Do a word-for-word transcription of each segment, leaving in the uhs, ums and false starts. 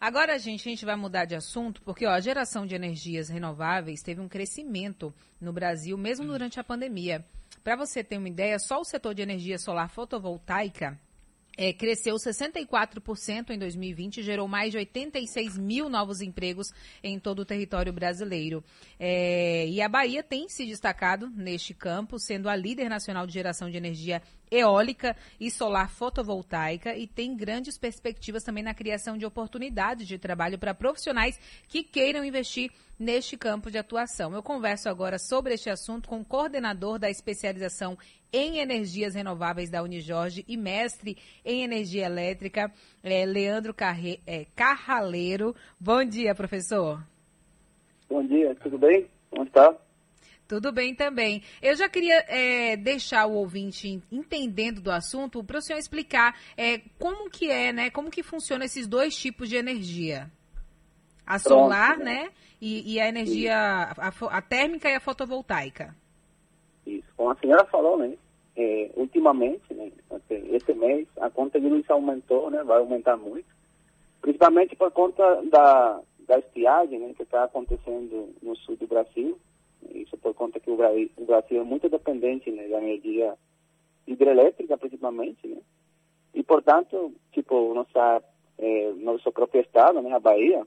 Agora, gente, a gente vai mudar de assunto, porque ó, a geração de energias renováveis teve um crescimento no Brasil, mesmo durante a pandemia. Para você ter uma ideia, só o setor de energia solar fotovoltaica É, cresceu sessenta e quatro por cento em dois mil e vinte e gerou mais de oitenta e seis mil novos empregos em todo o território brasileiro. É, e a Bahia tem se destacado neste campo, sendo a líder nacional de geração de energia eólica e solar fotovoltaica e tem grandes perspectivas também na criação de oportunidades de trabalho para profissionais que queiram investir neste campo de atuação. Eu converso agora sobre este assunto com o coordenador da especialização em energias renováveis da Unijorge e mestre em energia elétrica, é, Leandro Carre, é, Carraleiro. Bom dia, professor. Bom dia, tudo bem? Como está? Tudo bem também. Eu já queria é, deixar o ouvinte entendendo do assunto para o senhor explicar é, como que é, né? Como que funciona esses dois tipos de energia. A solar, Pronto, né? E, e a energia, a, a térmica e a fotovoltaica. Isso. Como a senhora falou, né? É, ultimamente, né? Esse mês, a conta de luz aumentou, né? Vai aumentar muito. Principalmente por conta da, da estiagem, né? Que está acontecendo no sul do Brasil. Isso por conta que o Brasil é muito dependente, né, da energia hidrelétrica, principalmente, né? E, portanto, tipo, nossa, é, nosso próprio estado, né, a Bahia,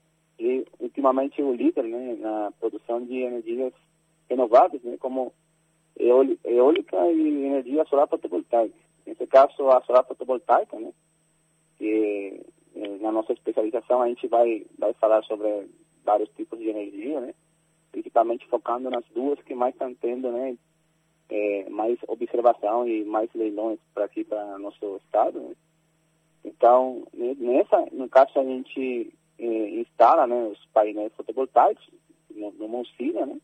e ultimamente o líder, né, na produção de energias renováveis, né, como eólica e energia solar fotovoltaica. Nesse caso, a solar fotovoltaica, né, que na nossa especialização a gente vai, vai falar sobre vários tipos de energia, né, principalmente focando nas duas que mais estão tendo, né, é, mais observação e mais leilões para aqui, para nosso estado, né. Então, nessa, no caso, a gente eh, instala, né, os painéis fotovoltaicos no, no Monsina, né,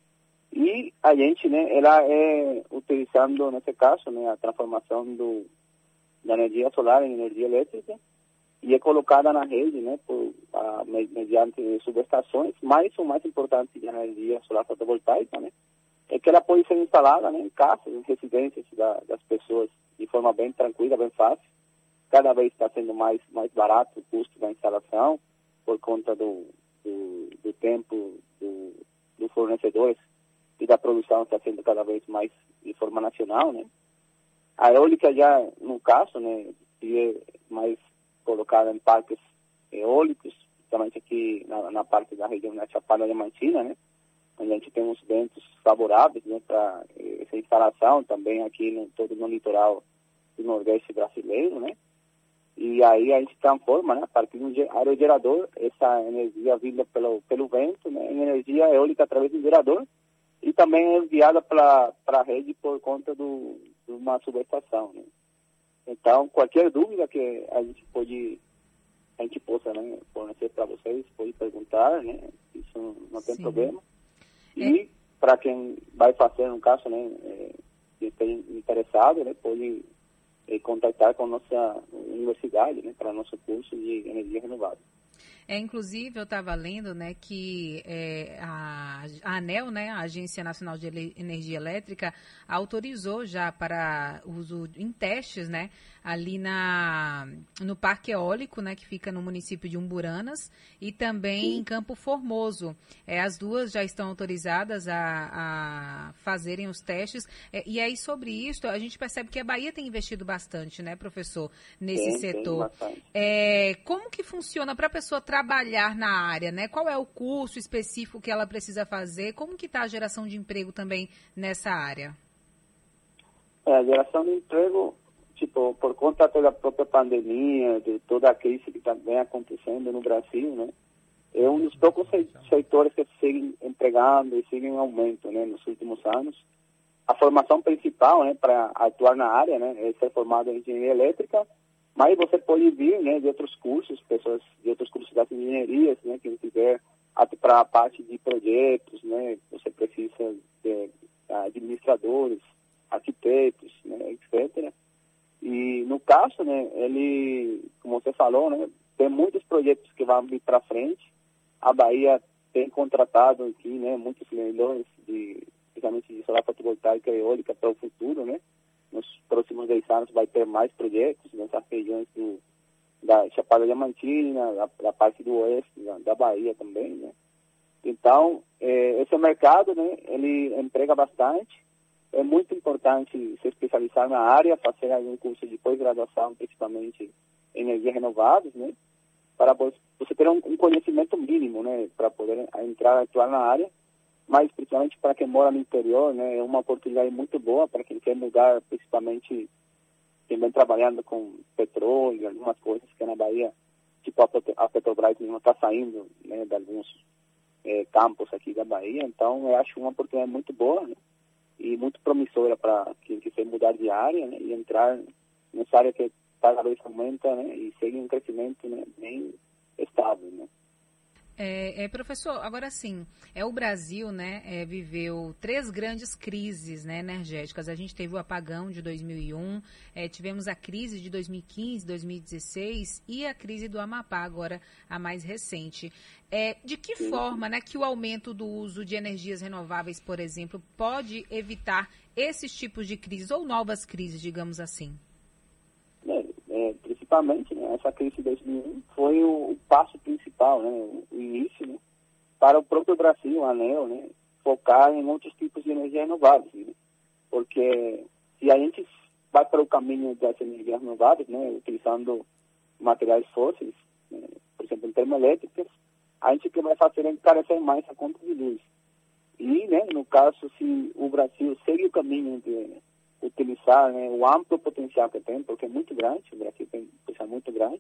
e a gente, né, ela é utilizando, nesse caso, né, a transformação do, da energia solar em energia elétrica, e é colocada na rede, né, por, a, mediante subestações, mas o mais importante da energia solar fotovoltaica, né, é que ela pode ser instalada, né, em casas, em residências da, das pessoas, de forma bem tranquila, bem fácil. Cada vez está sendo mais, mais barato o custo da instalação, por conta do, do, do tempo do, dos fornecedores e da produção está sendo cada vez mais de forma nacional, né. A eólica já, no caso, né, é mais colocada em parques eólicos, principalmente aqui na, na parte da região da Chapada Diamantina, né, onde a gente tem uns ventos favoráveis, né, para essa instalação, também aqui no, todo no litoral do Nordeste brasileiro, né, e aí a gente transforma, né, a partir de um aerogerador, essa energia vinda pelo, pelo vento, né, em energia eólica através do gerador, e também é enviada para a rede por conta do, de uma subestação, né. Então, qualquer dúvida que a gente pode, a gente possa, né, fornecer para vocês, pode perguntar, né, isso não tem Sim. problema. E é. para quem vai fazer, no caso, né, é, que esteja interessado, né, pode é, contactar com a nossa universidade, né, para nosso curso de energia renovável. É, inclusive, eu estava lendo, né, que é, a, a ANEEL, né, a Agência Nacional de Energia Elétrica, autorizou já para uso em testes, né, ali na, no Parque Eólico, né, que fica no município de Umburanas, e também Sim. em Campo Formoso. É, as duas já estão autorizadas a, a fazerem os testes. É, e aí, sobre isso, a gente percebe que a Bahia tem investido bastante, né, professor, nesse Sim, setor. É, como que funciona para a pessoa trabalhar na área, né? Qual é o curso específico que ela precisa fazer? Como que está a geração de emprego também nessa área? É, a geração de emprego, tipo, por conta da própria pandemia, de toda a crise que também acontecendo no Brasil, né? É um dos poucos setores que seguem empregando e seguem em aumento, né, nos últimos anos. A formação principal, né, para atuar na área, né, é ser formado em engenharia elétrica, mas você pode vir, né, de outros cursos, pessoas de outros cursos das engenharias, né, que tiver para a parte de projetos, né, você precisa de administradores, arquitetos, né, etcétera. E no caso, né, ele, como você falou, né, tem muitos projetos que vão vir para frente. A Bahia tem contratado aqui, né, muitos leilões de, especialmente de solar fotovoltaica e eólica para o futuro, né. Nos próximos dez anos vai ter mais projetos nessas regiões do, da Chapada Diamantina, da, da parte do oeste, da, da Bahia também, né? Então, é, esse mercado, né, ele emprega bastante. É muito importante se especializar na área, fazer algum curso de pós-graduação, principalmente em energias renováveis, né? Para você ter um, um conhecimento mínimo, né? Para poder entrar, atuar na área. Mas, principalmente para quem mora no interior, né? É uma oportunidade muito boa para quem quer mudar, principalmente quem vem trabalhando com petróleo, algumas coisas que na Bahia, tipo a, a Petrobras não está saindo, né? De alguns é, campos aqui da Bahia. Então, eu acho uma oportunidade muito boa, né? E muito promissora para quem quiser mudar de área, né, e entrar nessa área que cada vez aumenta, né, e segue um crescimento, né, bem estável, né. É, é, professor, agora sim, é o Brasil, né, é, viveu três grandes crises, né, energéticas. A gente teve o apagão de dois mil e um, é, tivemos a crise de dois mil e quinze, dois mil e dezesseis e a crise do Amapá, agora a mais recente. É, de que Sim. forma, né, que o aumento do uso de energias renováveis, por exemplo, pode evitar esses tipos de crises ou novas crises, digamos assim? É, é, principalmente, né, essa crise de dois mil e um foi o, o passo principal, né, o, o início, né, para o próprio Brasil, a ANEEL, né, focar em outros tipos de energia renováveis, né, porque se a gente vai para o caminho das energias renováveis, né, utilizando materiais fósseis, né, por exemplo, em termoelétricas, a gente que vai fazer é encarecer mais a conta de luz. E, né, no caso, se o Brasil segue o caminho de utilizar, né, o amplo potencial que tem, porque é muito grande, o Brasil tem um potencial muito grande,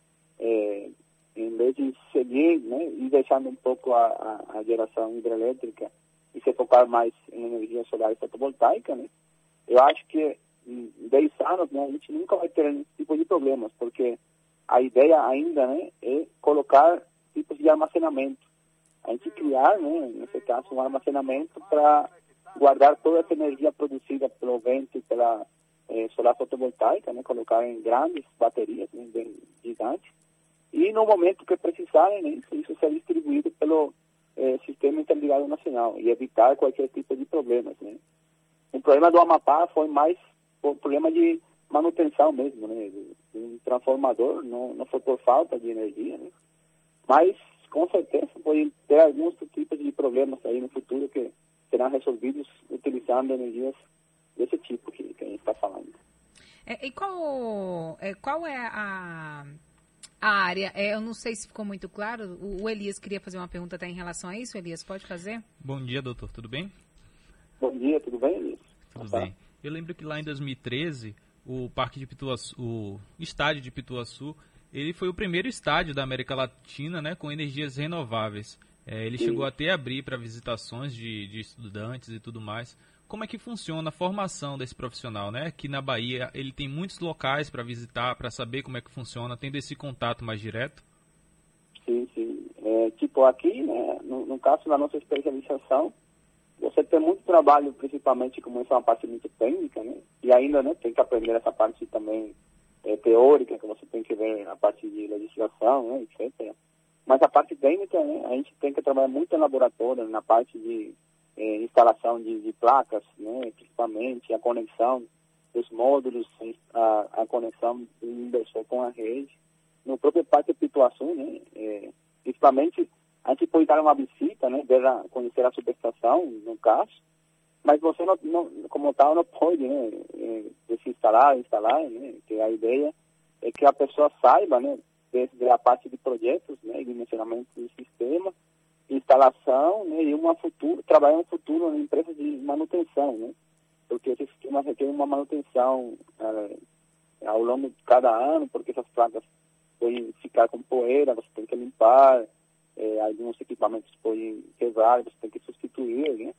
é, em vez de seguir, né, e deixando um pouco a, a, a geração hidrelétrica e se focar mais em energia solar e fotovoltaica, né, eu acho que em dez anos, né, a gente nunca vai ter esse tipo de problemas, porque a ideia ainda, né, é colocar tipos de armazenamento. A gente criar, né, nesse caso, um armazenamento para guardar toda essa energia produzida pelo vento e pela eh, solar fotovoltaica, né, colocar em grandes baterias, né, bem gigantes, e no momento que precisarem, né, isso ser distribuído pelo eh, Sistema Interligado Nacional e evitar qualquer tipo de problemas, né. O problema do Amapá foi mais o problema de manutenção mesmo, né, um transformador, não, não foi por falta de energia, né, mas com certeza pode ter alguns tipos de problemas aí no futuro que serão resolvidos utilizando energias desse tipo que, que a gente está falando. É, e qual é, qual é a, a área? É, eu não sei se ficou muito claro. O, o Elias queria fazer uma pergunta até em relação a isso. Elias, pode fazer? Bom dia, doutor. Tudo bem? Bom dia, tudo bem, Elias? Tudo bem. Eu lembro que lá em dois mil e treze, o Parque de Pituaçu, o estádio de Pituaçu, ele foi o primeiro estádio da América Latina, né, com energias renováveis. É, ele Sim. chegou até a abrir para visitações de, de estudantes e tudo mais. Como é que funciona a formação desse profissional, né? Aqui na Bahia, ele tem muitos locais para visitar, para saber como é que funciona, tendo esse contato mais direto? Sim, sim. É, tipo, aqui, né, no, no caso da nossa especialização, você tem muito trabalho, principalmente como isso é uma parte muito técnica, né? E ainda, né, tem que aprender essa parte também é, teórica, que você tem que ver a parte de legislação, né, etcétera. Mas a parte técnica, né, a gente tem que trabalhar muito em laboratório, na parte de eh, instalação de, de placas, né, principalmente a conexão dos módulos, a, a conexão do inversor com a rede. No próprio Parque de Pituaçu, né, eh, principalmente, a gente pode dar uma visita, né, ver a, conhecer a subestação, no caso, mas você, não, não, como tal, não pode, né, eh, se instalar, instalar, né, que a ideia é que a pessoa saiba, né, desde a parte de projetos, né, dimensionamento do sistema, instalação, né, e uma futuro, trabalhar no futuro em empresas de manutenção, né, porque esse sistema requer uma manutenção eh, ao longo de cada ano, porque essas placas podem ficar com poeira, você tem que limpar, eh, alguns equipamentos podem quebrar, você tem que substituir, né.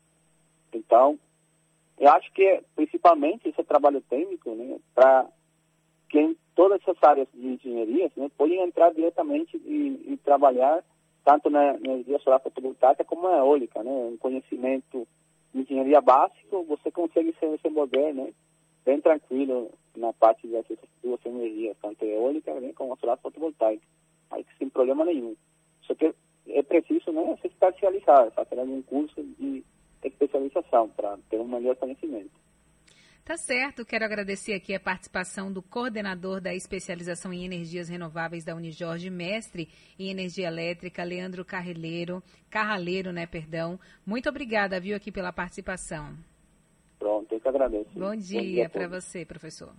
Então, eu acho que principalmente esse trabalho técnico, né, para que em todas essas áreas de engenharia, né, podem entrar diretamente e, e trabalhar tanto na, na energia solar fotovoltaica como na eólica, né, um conhecimento de engenharia básico, você consegue se desenvolver, né, bem tranquilo na parte dessas duas energias, tanto a eólica, né, como a solar fotovoltaica, aí sem problema nenhum. Só que é preciso, né, se especializar, fazer algum curso de especialização para ter um melhor conhecimento. Tá certo, quero agradecer aqui a participação do coordenador da especialização em energias renováveis da Unijorge, mestre em energia elétrica, Leandro Carraleiro, Carraleiro, né, perdão. Muito obrigada, viu, aqui pela participação. Pronto, eu que agradeço. Bom dia, dia para você, professor.